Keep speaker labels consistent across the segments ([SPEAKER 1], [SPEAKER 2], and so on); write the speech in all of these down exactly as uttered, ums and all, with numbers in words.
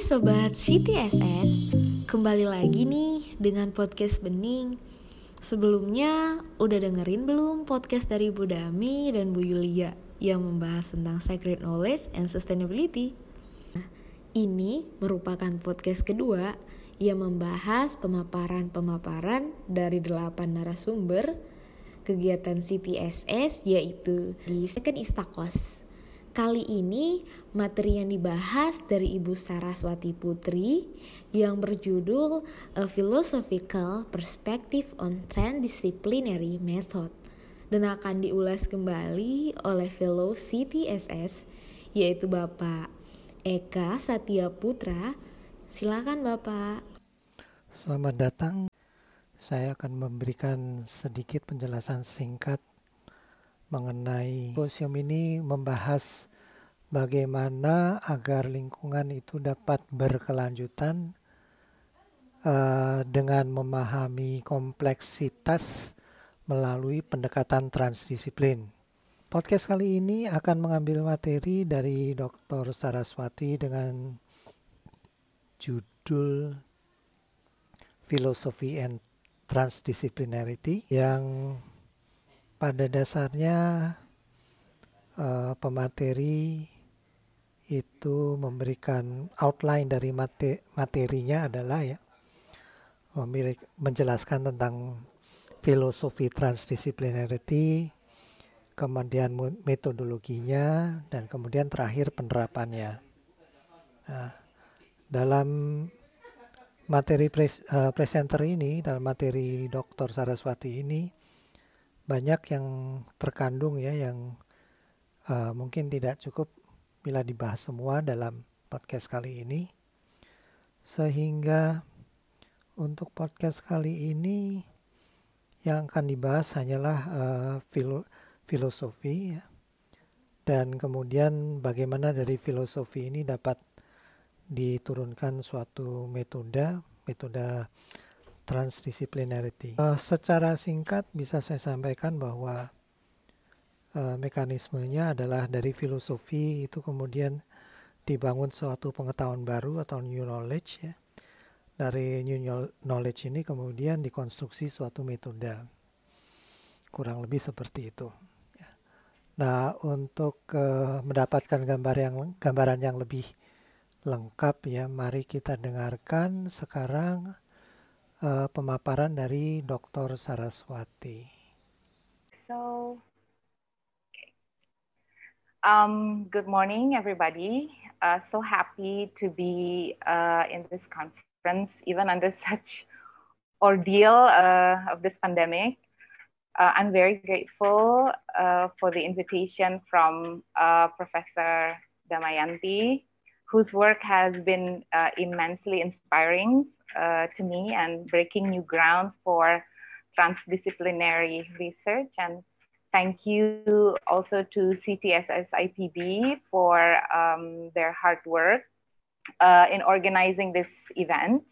[SPEAKER 1] Sobat C T S S, kembali lagi nih dengan podcast Bening. Sebelumnya udah dengerin belum podcast dari Bu Dami dan Bu Yulia yang membahas tentang Sacred Knowledge and Sustainability? Nah, ini merupakan podcast kedua yang membahas pemaparan-pemaparan dari delapan narasumber kegiatan C T S S, yaitu di Second Istakos. Kali ini materi yang dibahas dari Ibu Saraswati Putri yang berjudul A Philosophical Perspective on Transdisciplinary Method dan akan diulas kembali oleh fellow C T S S yaitu Bapak Eka Satya Putra. Silakan Bapak.
[SPEAKER 2] Selamat datang. Saya akan memberikan sedikit penjelasan singkat mengenai simposium ini, membahas bagaimana agar lingkungan itu dapat berkelanjutan uh, dengan memahami kompleksitas melalui pendekatan transdisiplin. Podcast kali ini akan mengambil materi dari Doktor Saraswati dengan judul Philosophy and Transdisciplinarity, yang pada dasarnya uh, pemateri itu memberikan outline dari mate- materinya adalah ya menjelaskan tentang filosofi transdisciplinarity, kemudian metodologinya, dan kemudian terakhir penerapannya. Nah, dalam materi pres, uh, presenter ini, dalam materi Doktor Saraswati ini, banyak yang terkandung ya yang uh, mungkin tidak cukup bila dibahas semua dalam podcast kali ini. Sehingga untuk podcast kali ini yang akan dibahas hanyalah uh, filo- filosofi ya. Dan kemudian bagaimana dari filosofi ini dapat diturunkan suatu metode, metode transdisciplinarity. Uh, secara singkat bisa saya sampaikan bahwa uh, mekanismenya adalah dari filosofi itu kemudian dibangun suatu pengetahuan baru atau new knowledge ya. Dari new knowledge ini kemudian dikonstruksi suatu metode. Kurang lebih seperti itu. Ya. Nah, untuk uh, mendapatkan gambar yang gambaran yang lebih lengkap ya, mari kita dengarkan sekarang Uh, pemaparan dari Doktor Saraswati.
[SPEAKER 3] So, okay. um, good morning, everybody. Uh, so happy to be uh, in this conference, even under such ordeal uh, of this pandemic. Uh, I'm very grateful uh, for the invitation from uh, Professor Damayanti, whose work has been uh, immensely inspiring Uh, to me and breaking new grounds for transdisciplinary research. And thank you also to C T S S I P B for um, their hard work uh, in organizing this event.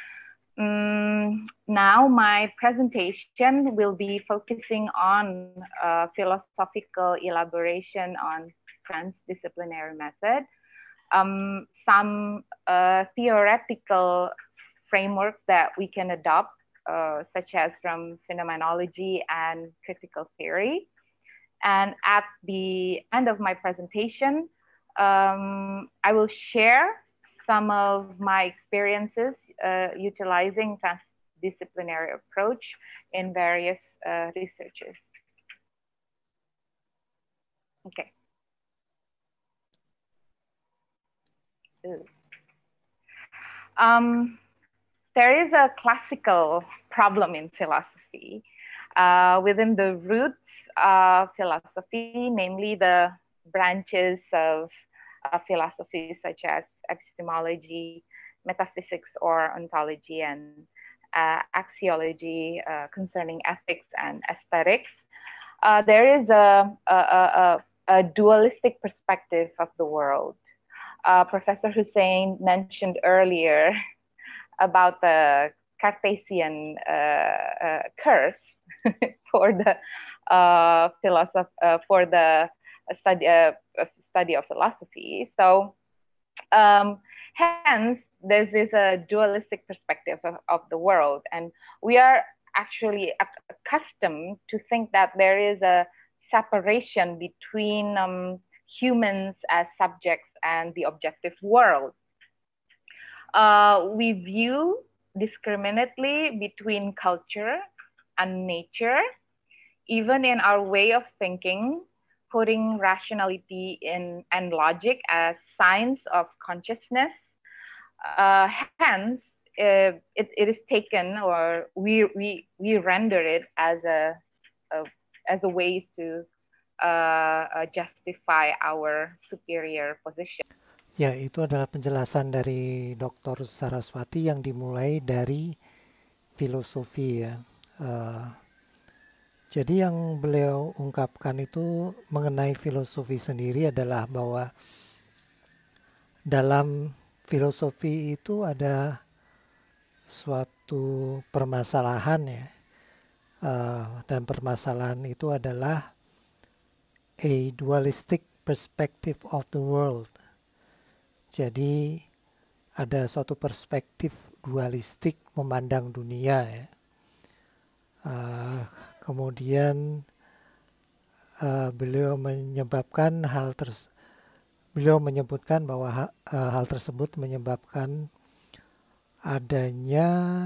[SPEAKER 3] Um, now my presentation will be focusing on uh, philosophical elaboration on transdisciplinary method, um, some uh, theoretical frameworks that we can adopt, uh, such as from phenomenology and critical theory. And at the end of my presentation, um, I will share some of my experiences uh, utilizing transdisciplinary approach in various uh, researches. Okay. Um, There is a classical problem in philosophy uh, within the roots of philosophy, namely the branches of uh, philosophy such as epistemology, metaphysics or ontology, and uh, axiology uh, concerning ethics and aesthetics. Uh, there is a, a, a, a dualistic perspective of the world. Uh, Professor Hussein mentioned earlier about the Cartesian uh, uh, curse for the uh, philosoph- uh, for the study uh, study of philosophy. So um, Hence, there's this uh, dualistic perspective of, of the world, and we are actually accustomed to think that there is a separation between um, humans as subjects and the objective world. Uh, we view discriminately between culture and nature, even in our way of thinking, putting rationality in and logic as signs of consciousness. Uh, hence, uh, it, it is taken, or we we we render it as a, a as a way to uh, uh, justify our superior position.
[SPEAKER 2] Ya, itu adalah penjelasan dari doktor Saraswati yang dimulai dari filosofi ya. Uh, jadi yang beliau ungkapkan itu mengenai filosofi sendiri adalah bahwa dalam filosofi itu ada suatu permasalahan ya. Uh, dan permasalahan itu adalah a dualistic perspective of the world. Jadi ada suatu perspektif dualistik memandang dunia ya. Uh, kemudian uh, beliau menyebabkan hal ters beliau menyebutkan bahwa ha uh, hal tersebut menyebabkan adanya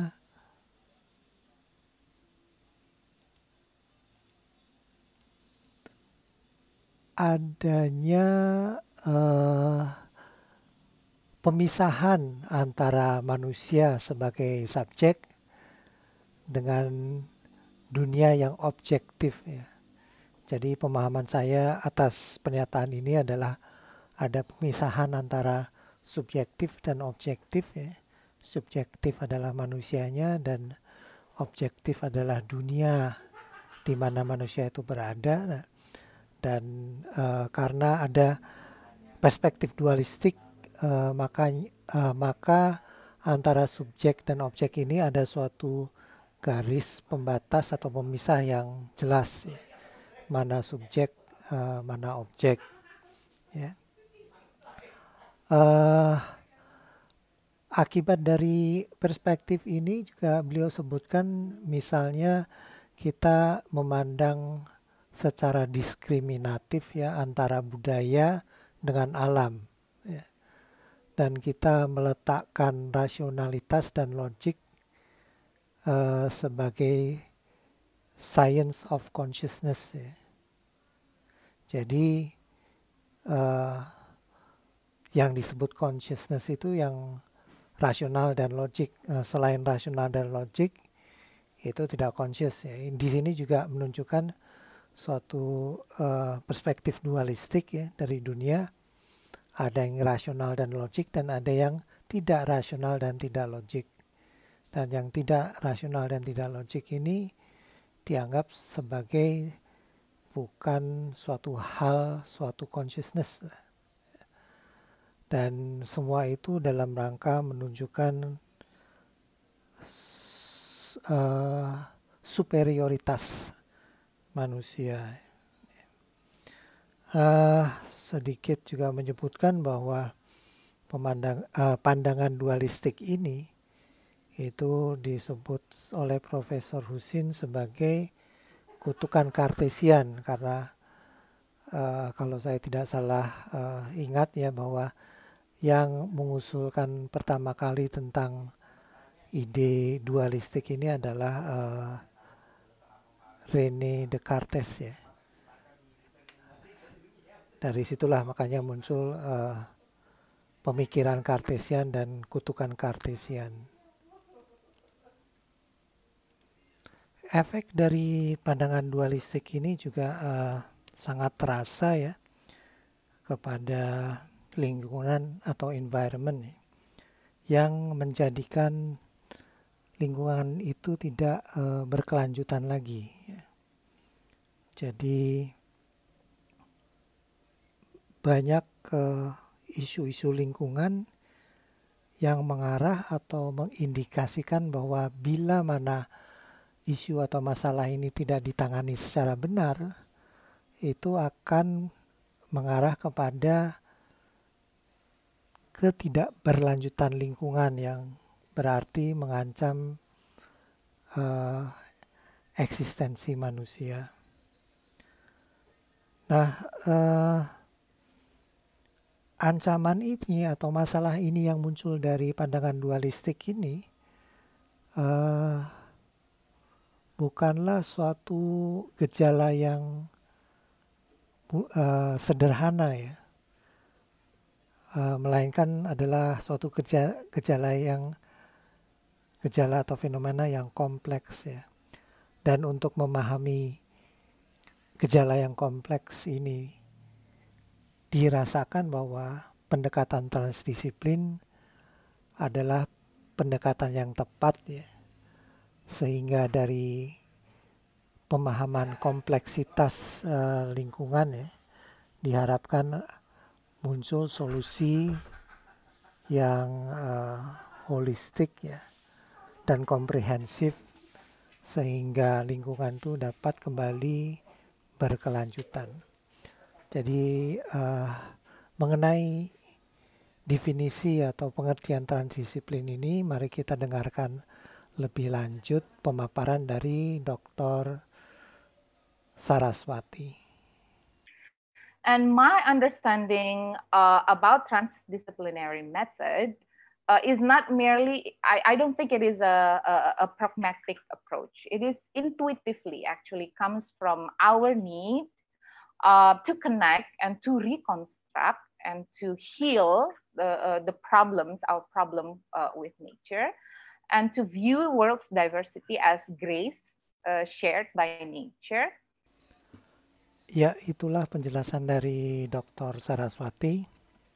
[SPEAKER 2] adanya uh, pemisahan antara manusia sebagai subjek dengan dunia yang objektif ya. Jadi pemahaman saya atas pernyataan ini adalah ada pemisahan antara subjektif dan objektif ya. Subjektif adalah manusianya dan objektif adalah dunia di mana manusia itu berada. Nah, dan uh, karena ada perspektif dualistik Uh, maka uh, maka antara subjek dan objek ini ada suatu garis pembatas atau pemisah yang jelas ya. Mana subjek, uh, mana objek ya. Uh, akibat dari perspektif ini juga beliau sebutkan misalnya kita memandang secara diskriminatif ya antara budaya dengan alam ya. Dan kita meletakkan rasionalitas dan logik uh, sebagai science of consciousness ya. Jadi uh, yang disebut consciousness itu yang rasional dan logik. Uh, selain rasional dan logik itu tidak conscious ya. Di sini juga menunjukkan suatu uh, perspektif dualistik ya dari dunia. Ada yang rasional dan logik dan ada yang tidak rasional dan tidak logik. Dan yang tidak rasional dan tidak logik ini dianggap sebagai bukan suatu hal, suatu consciousness. Dan semua itu dalam rangka menunjukkan uh, superioritas manusia. Uh, sedikit juga menyebutkan bahwa pemandang, uh, pandangan dualistik ini itu disebut oleh Profesor Husin sebagai kutukan Kartesian karena uh, kalau saya tidak salah uh, ingat ya bahwa yang mengusulkan pertama kali tentang ide dualistik ini adalah uh, René Descartes ya. Dari situlah makanya muncul uh, pemikiran Kartesian dan kutukan Kartesian. Efek dari pandangan dualistik ini juga uh, sangat terasa ya kepada lingkungan atau environment ya, yang menjadikan lingkungan itu tidak uh, berkelanjutan lagi. Ya. Jadi banyak uh, isu-isu lingkungan yang mengarah atau mengindikasikan bahwa bila mana isu atau masalah ini tidak ditangani secara benar, itu akan mengarah kepada ketidakberlanjutan lingkungan yang berarti mengancam uh, eksistensi manusia. Nah, uh, ancaman ini atau masalah ini yang muncul dari pandangan dualistik ini uh, bukanlah suatu gejala yang uh, sederhana ya, uh, melainkan adalah suatu gejala, gejala yang gejala atau fenomena yang kompleks ya. Dan untuk memahami gejala yang kompleks ini, dirasakan bahwa pendekatan transdisiplin adalah pendekatan yang tepat ya. Sehingga dari pemahaman kompleksitas uh, lingkungan ya, diharapkan muncul solusi yang uh, holistik ya dan komprehensif, sehingga lingkungan itu dapat kembali berkelanjutan. Jadi uh, mengenai definisi atau pengertian transdisiplin ini, mari kita dengarkan lebih lanjut pemaparan dari Doktor Saraswati.
[SPEAKER 3] And my understanding uh, about transdisciplinary method Uh, is not merely, I, I don't think it is a, a, a pragmatic approach. It is intuitively actually comes from our need uh, to connect and to reconstruct and to heal the, uh, the problems, our problem uh, with nature, and to view world's diversity as grace uh, shared by nature.
[SPEAKER 2] Ya, itulah penjelasan dari Doktor Saraswati.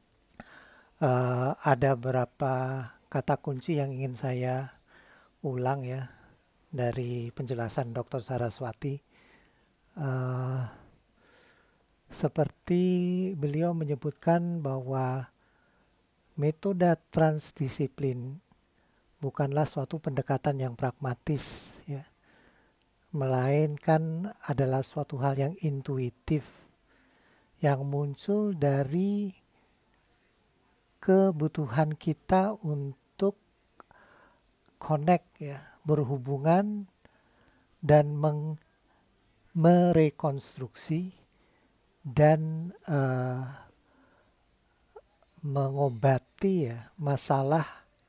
[SPEAKER 2] Uh, ada beberapa kata kunci yang ingin saya ulang ya dari penjelasan Doktor Saraswati. Uh, seperti beliau menyebutkan bahwa metode transdisiplin bukanlah suatu pendekatan yang pragmatis ya, melainkan adalah suatu hal yang intuitif yang muncul dari kebutuhan kita untuk connect ya, berhubungan dan meng, merekonstruksi dan uh, mengobati ya masalah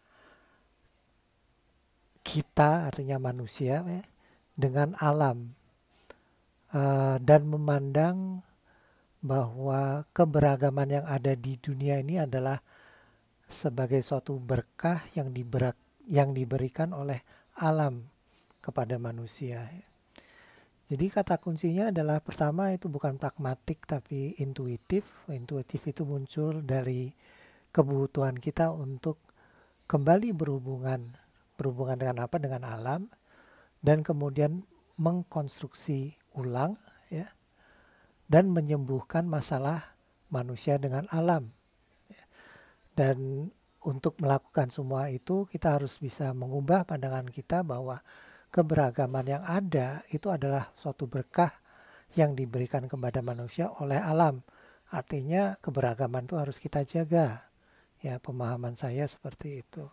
[SPEAKER 2] kita, artinya manusia ya, dengan alam uh, dan memandang bahwa keberagaman yang ada di dunia ini adalah sebagai suatu berkah yang diberak, yang diberikan oleh alam kepada manusia. Jadi kata kuncinya adalah pertama itu bukan pragmatik tapi intuitif. Intuitif itu muncul dari kebutuhan kita untuk kembali berhubungan. Berhubungan dengan apa? Dengan alam. Dan kemudian mengkonstruksi ulang ya, dan menyembuhkan masalah manusia dengan alam. Dan untuk melakukan semua itu kita harus bisa mengubah pandangan kita bahwa keberagaman yang ada itu adalah suatu berkah yang diberikan kepada manusia oleh alam. Artinya keberagaman itu harus kita jaga. Ya, pemahaman saya seperti itu.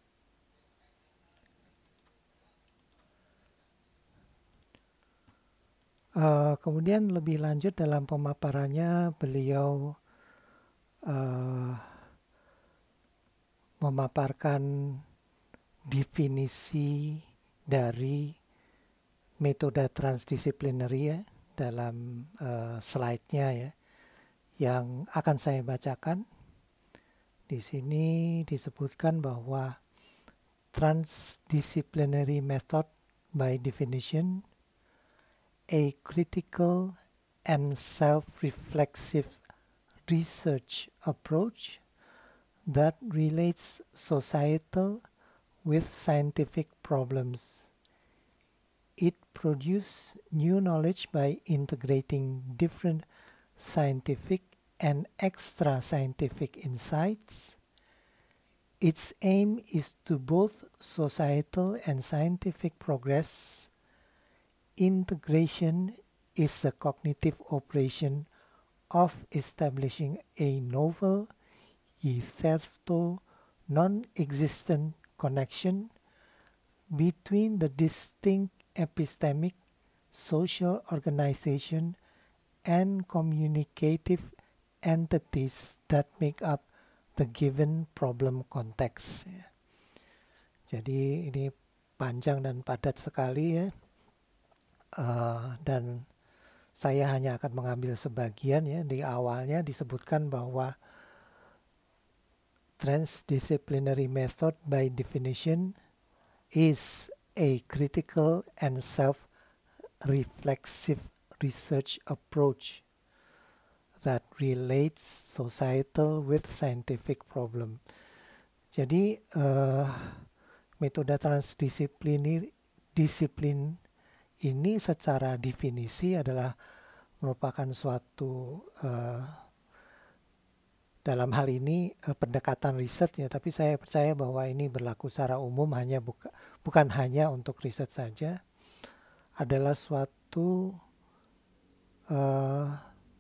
[SPEAKER 2] Uh, kemudian lebih lanjut dalam pemaparannya beliau uh, memaparkan definisi dari metode transdisiplinary ya, dalam uh, slide-nya ya, yang akan saya bacakan. Di sini disebutkan bahwa transdisciplinary method by definition a critical and self-reflexive research approach that relates societal with scientific problems. It produces new knowledge by integrating different scientific and extra-scientific insights. Its aim is to both societal and scientific progress. Integration is the cognitive operation of establishing a novel, hitherto non-existent connection between the distinct epistemic, social organization, and communicative entities that make up the given problem context. Ya. Jadi ini panjang dan padat sekali ya, uh, dan saya hanya akan mengambil sebagian ya. Di awalnya disebutkan bahwa transdisciplinary method by definition is a critical and self-reflexive research approach that relates societal with scientific problem. Jadi uh, metode transdisiplin disiplin ini secara definisi adalah merupakan suatu uh, dalam hal ini uh, pendekatan riset ya, tapi saya percaya bahwa ini berlaku secara umum, hanya buka, bukan hanya untuk riset saja, adalah suatu uh,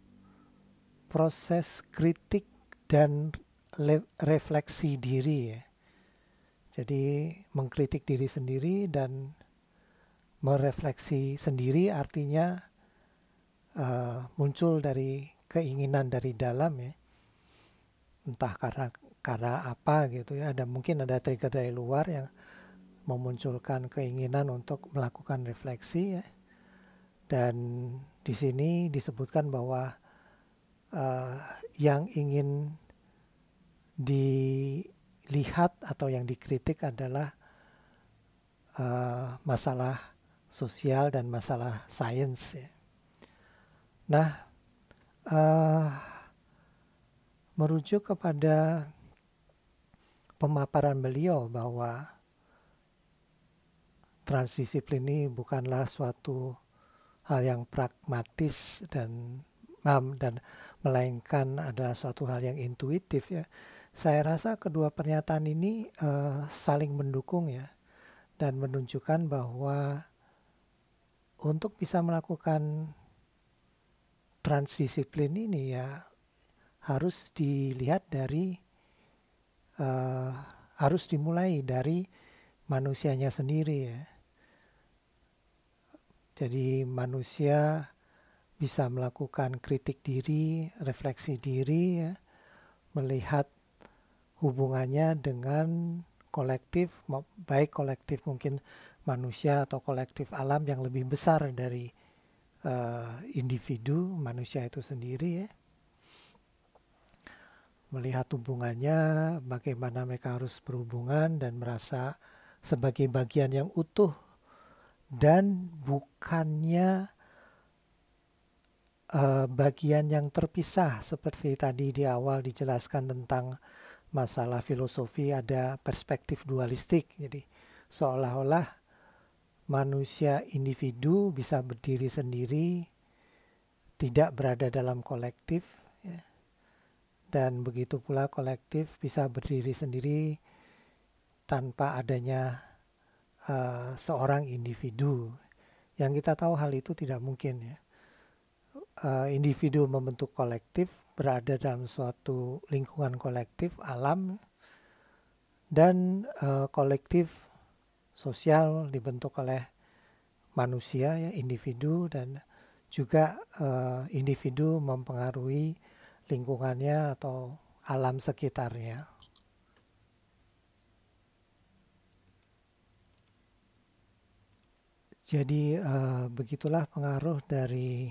[SPEAKER 2] proses kritik dan le- refleksi diri ya. Jadi mengkritik diri sendiri dan merefleksi sendiri artinya uh, muncul dari keinginan dari dalam ya. Entah karena karena apa gitu ya, ada mungkin ada trigger dari luar yang memunculkan keinginan untuk melakukan refleksi ya. Dan di sini disebutkan bahwa uh, yang ingin dilihat atau yang dikritik adalah uh, masalah sosial dan masalah sains ya. Nah, uh, merujuk kepada pemaparan beliau bahwa transdisiplin ini bukanlah suatu hal yang pragmatis dan dan melainkan adalah suatu hal yang intuitif ya. Saya rasa kedua pernyataan ini uh, saling mendukung ya, dan menunjukkan bahwa untuk bisa melakukan transdisiplin ini ya harus dilihat dari uh, harus dimulai dari manusianya sendiri ya. Jadi manusia bisa melakukan kritik diri, refleksi diri ya, melihat hubungannya dengan kolektif, baik kolektif mungkin manusia atau kolektif alam yang lebih besar dari uh, individu manusia itu sendiri ya. Melihat hubungannya, bagaimana mereka harus berhubungan dan merasa sebagai bagian yang utuh dan bukannya uh, bagian yang terpisah seperti tadi di awal dijelaskan tentang masalah filosofi ada perspektif dualistik. Jadi seolah-olah manusia individu bisa berdiri sendiri, tidak berada dalam kolektif ya. Dan begitu pula kolektif bisa berdiri sendiri tanpa adanya uh, seorang individu. Yang kita tahu hal itu tidak mungkin ya. Uh, individu membentuk kolektif, berada dalam suatu lingkungan kolektif, alam, dan uh, kolektif sosial dibentuk oleh manusia ya, individu, dan juga uh, individu mempengaruhi lingkungannya atau alam sekitarnya. Jadi uh, begitulah pengaruh dari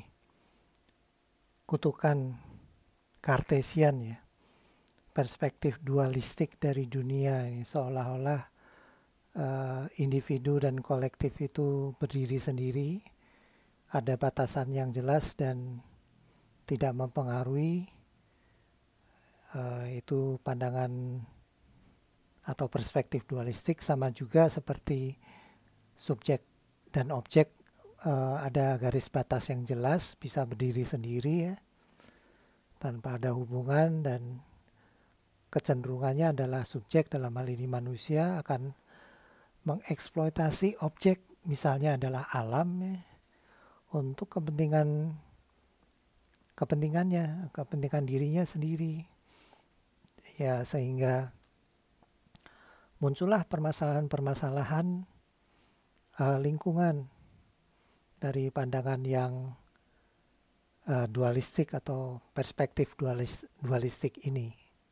[SPEAKER 2] kutukan Kartesian ya, perspektif dualistik dari dunia ini, seolah-olah uh, individu dan kolektif itu berdiri sendiri, ada batasan yang jelas dan tidak mempengaruhi. Uh, itu pandangan atau perspektif dualistik, sama juga seperti subjek dan objek, uh, ada garis batas yang jelas, bisa berdiri sendiri ya, tanpa ada hubungan, dan kecenderungannya adalah subjek, dalam hal ini manusia, akan mengeksploitasi objek, misalnya adalah alam ya, untuk kepentingan kepentingannya, kepentingan dirinya sendiri. ya, sehingga muncullah permasalahan-permasalahan uh, lingkungan dari pandangan yang uh, dualistik atau perspektif dualis, dualistik ini.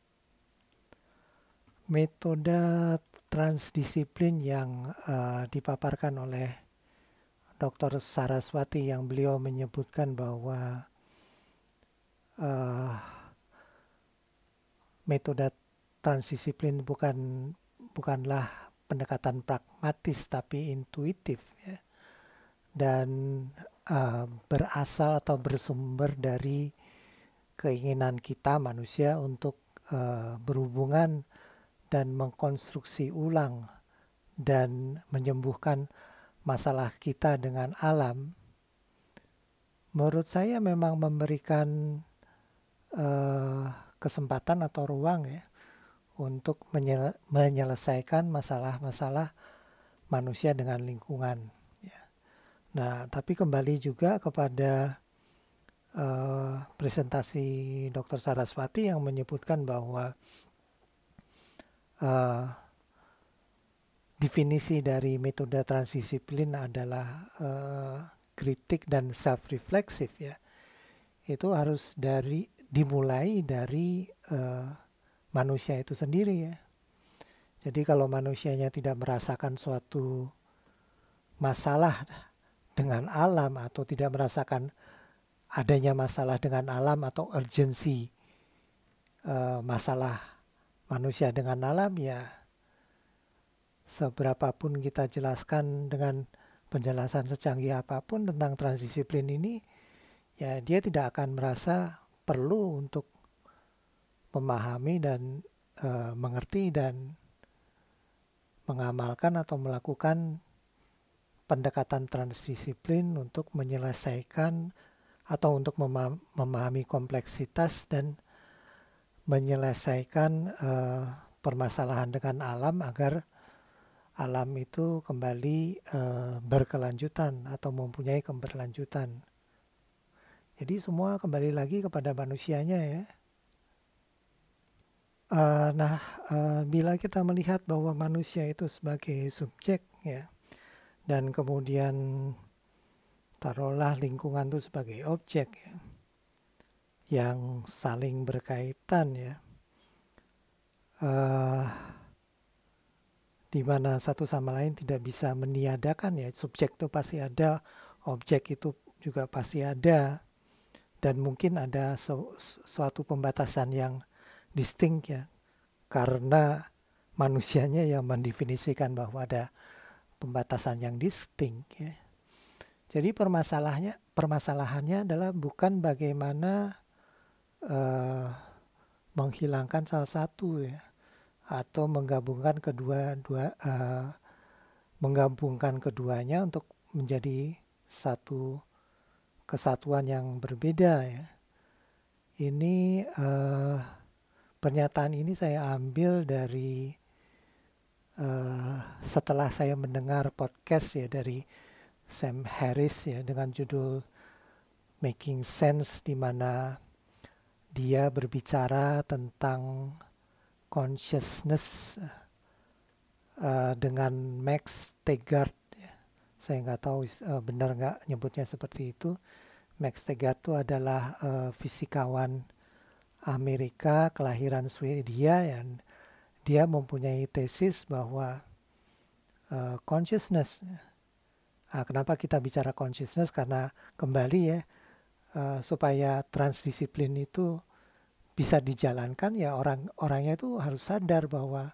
[SPEAKER 2] Metode transdisiplin yang uh, dipaparkan oleh doktor Saraswati, yang beliau menyebutkan bahwa uh, metode transdisiplin bukan bukanlah pendekatan pragmatis tapi intuitif, ya, dan uh, berasal atau bersumber dari keinginan kita manusia untuk uh, berhubungan dan mengkonstruksi ulang dan menyembuhkan masalah kita dengan alam. Menurut saya memang memberikan uh, kesempatan atau ruang, ya, untuk menyel- menyelesaikan masalah-masalah manusia dengan lingkungan. Ya. Nah, tapi kembali juga kepada uh, presentasi doktor Saraswati yang menyebutkan bahwa uh, definisi dari metode transdisiplin adalah uh, kritik dan self-refleksif, ya. Itu harus dari dimulai dari uh, manusia itu sendiri, ya. Jadi kalau manusianya tidak merasakan suatu masalah dengan alam atau tidak merasakan adanya masalah dengan alam atau urgensi uh, masalah manusia dengan alam, ya seberapapun kita jelaskan dengan penjelasan secanggih apapun tentang transdisiplin ini, ya dia tidak akan merasa perlu untuk memahami dan e, mengerti dan mengamalkan atau melakukan pendekatan transdisiplin untuk menyelesaikan atau untuk mema- memahami kompleksitas dan menyelesaikan e, permasalahan dengan alam agar alam itu kembali e, berkelanjutan atau mempunyai keberlanjutan. Jadi semua kembali lagi kepada manusianya, ya. Uh, nah, uh, bila kita melihat bahwa manusia itu sebagai subjek, ya, dan kemudian taruhlah lingkungan itu sebagai objek, ya, yang saling berkaitan, ya, uh, di mana satu sama lain tidak bisa meniadakan, ya. Subjek itu pasti ada, objek itu juga pasti ada, dan mungkin ada su- suatu pembatasan yang distinct, ya, karena manusianya yang mendefinisikan bahwa ada pembatasan yang distinct, ya. Jadi permasalahannya permasalahannya adalah bukan bagaimana uh, menghilangkan salah satu, ya, atau menggabungkan kedua dua uh, menggabungkan keduanya untuk menjadi satu kesatuan yang berbeda, ya. Ini uh, pernyataan ini saya ambil dari uh, setelah saya mendengar podcast, ya, dari Sam Harris, ya, dengan judul Making Sense, di mana dia berbicara tentang consciousness uh, dengan Max Tegart, ya. Saya nggak tahu uh, benar nggak nyebutnya seperti itu. Max Tegart itu adalah uh, fisikawan Amerika kelahiran Swedia, dan dia mempunyai tesis bahwa uh, consciousness, nah, kenapa kita bicara consciousness, karena kembali, ya, uh, supaya transdisiplin itu bisa dijalankan, ya orang-orangnya itu harus sadar bahwa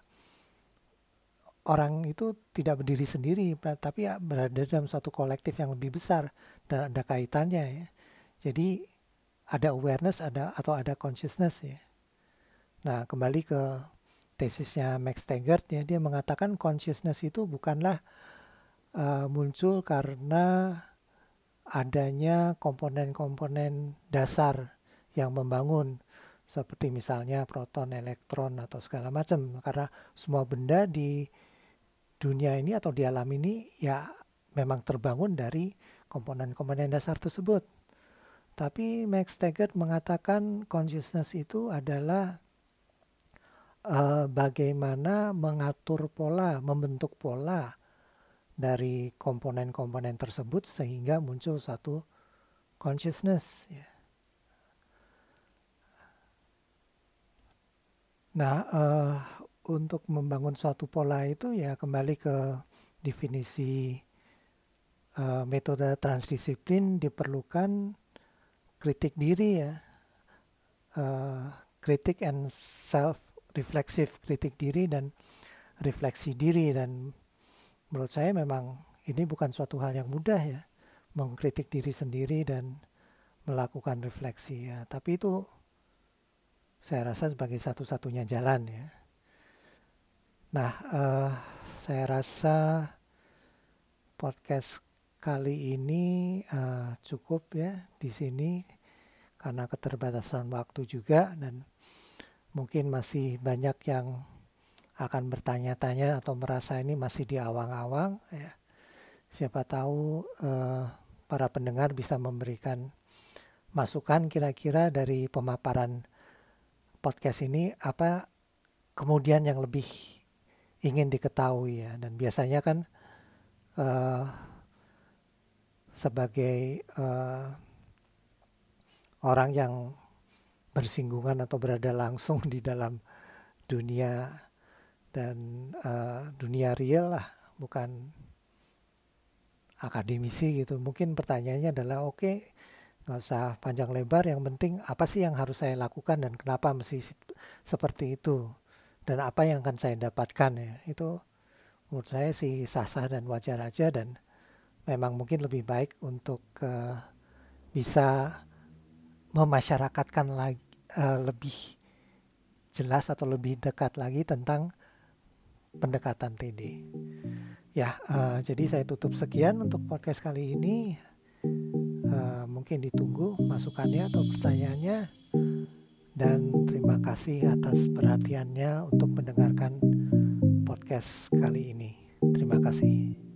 [SPEAKER 2] orang itu tidak berdiri sendiri, tapi ya berada dalam suatu kolektif yang lebih besar dan ada kaitannya, ya. Jadi ada awareness, ada atau ada consciousness, ya. Nah, kembali ke tesisnya Max Tegart, ya, dia mengatakan consciousness itu bukanlah uh, muncul karena adanya komponen-komponen dasar yang membangun, seperti misalnya proton, elektron, atau segala macam. Karena semua benda di dunia ini atau di alam ini, ya, memang terbangun dari komponen-komponen dasar tersebut. Tapi Max Tegart mengatakan consciousness itu adalah uh, bagaimana mengatur pola, membentuk pola dari komponen-komponen tersebut sehingga muncul satu consciousness. Ya. Nah, uh, untuk membangun suatu pola itu ya kembali ke definisi uh, metode transdisiplin, diperlukan kritik diri ya, uh, kritik and self-reflexive, kritik diri dan refleksi diri. Dan menurut saya memang ini bukan suatu hal yang mudah ya, mengkritik diri sendiri dan melakukan refleksi ya. Tapi itu saya rasa sebagai satu-satunya jalan ya. Nah, uh, saya rasa podcast kali ini uh, cukup ya di sini karena keterbatasan waktu juga, dan mungkin masih banyak yang akan bertanya-tanya atau merasa ini masih di awang-awang ya. Siapa tahu uh, para pendengar bisa memberikan masukan kira-kira dari pemaparan podcast ini apa kemudian yang lebih ingin diketahui ya. Dan biasanya kan uh, sebagai uh, orang yang bersinggungan atau berada langsung di dalam dunia dan uh, dunia real lah, bukan akademisi gitu. Mungkin pertanyaannya adalah oke, okay, nggak usah panjang lebar, yang penting apa sih yang harus saya lakukan dan kenapa mesti seperti itu dan apa yang akan saya dapatkan ya. Itu menurut saya sih sah-sah dan wajar aja, dan memang mungkin lebih baik untuk uh, bisa memasyarakatkan lagi uh, lebih jelas atau lebih dekat lagi tentang pendekatan T D. Ya, uh, jadi saya tutup sekian untuk podcast kali ini. Uh, mungkin ditunggu masukannya atau pertanyaannya, dan terima kasih atas perhatiannya untuk mendengarkan podcast kali ini. Terima kasih.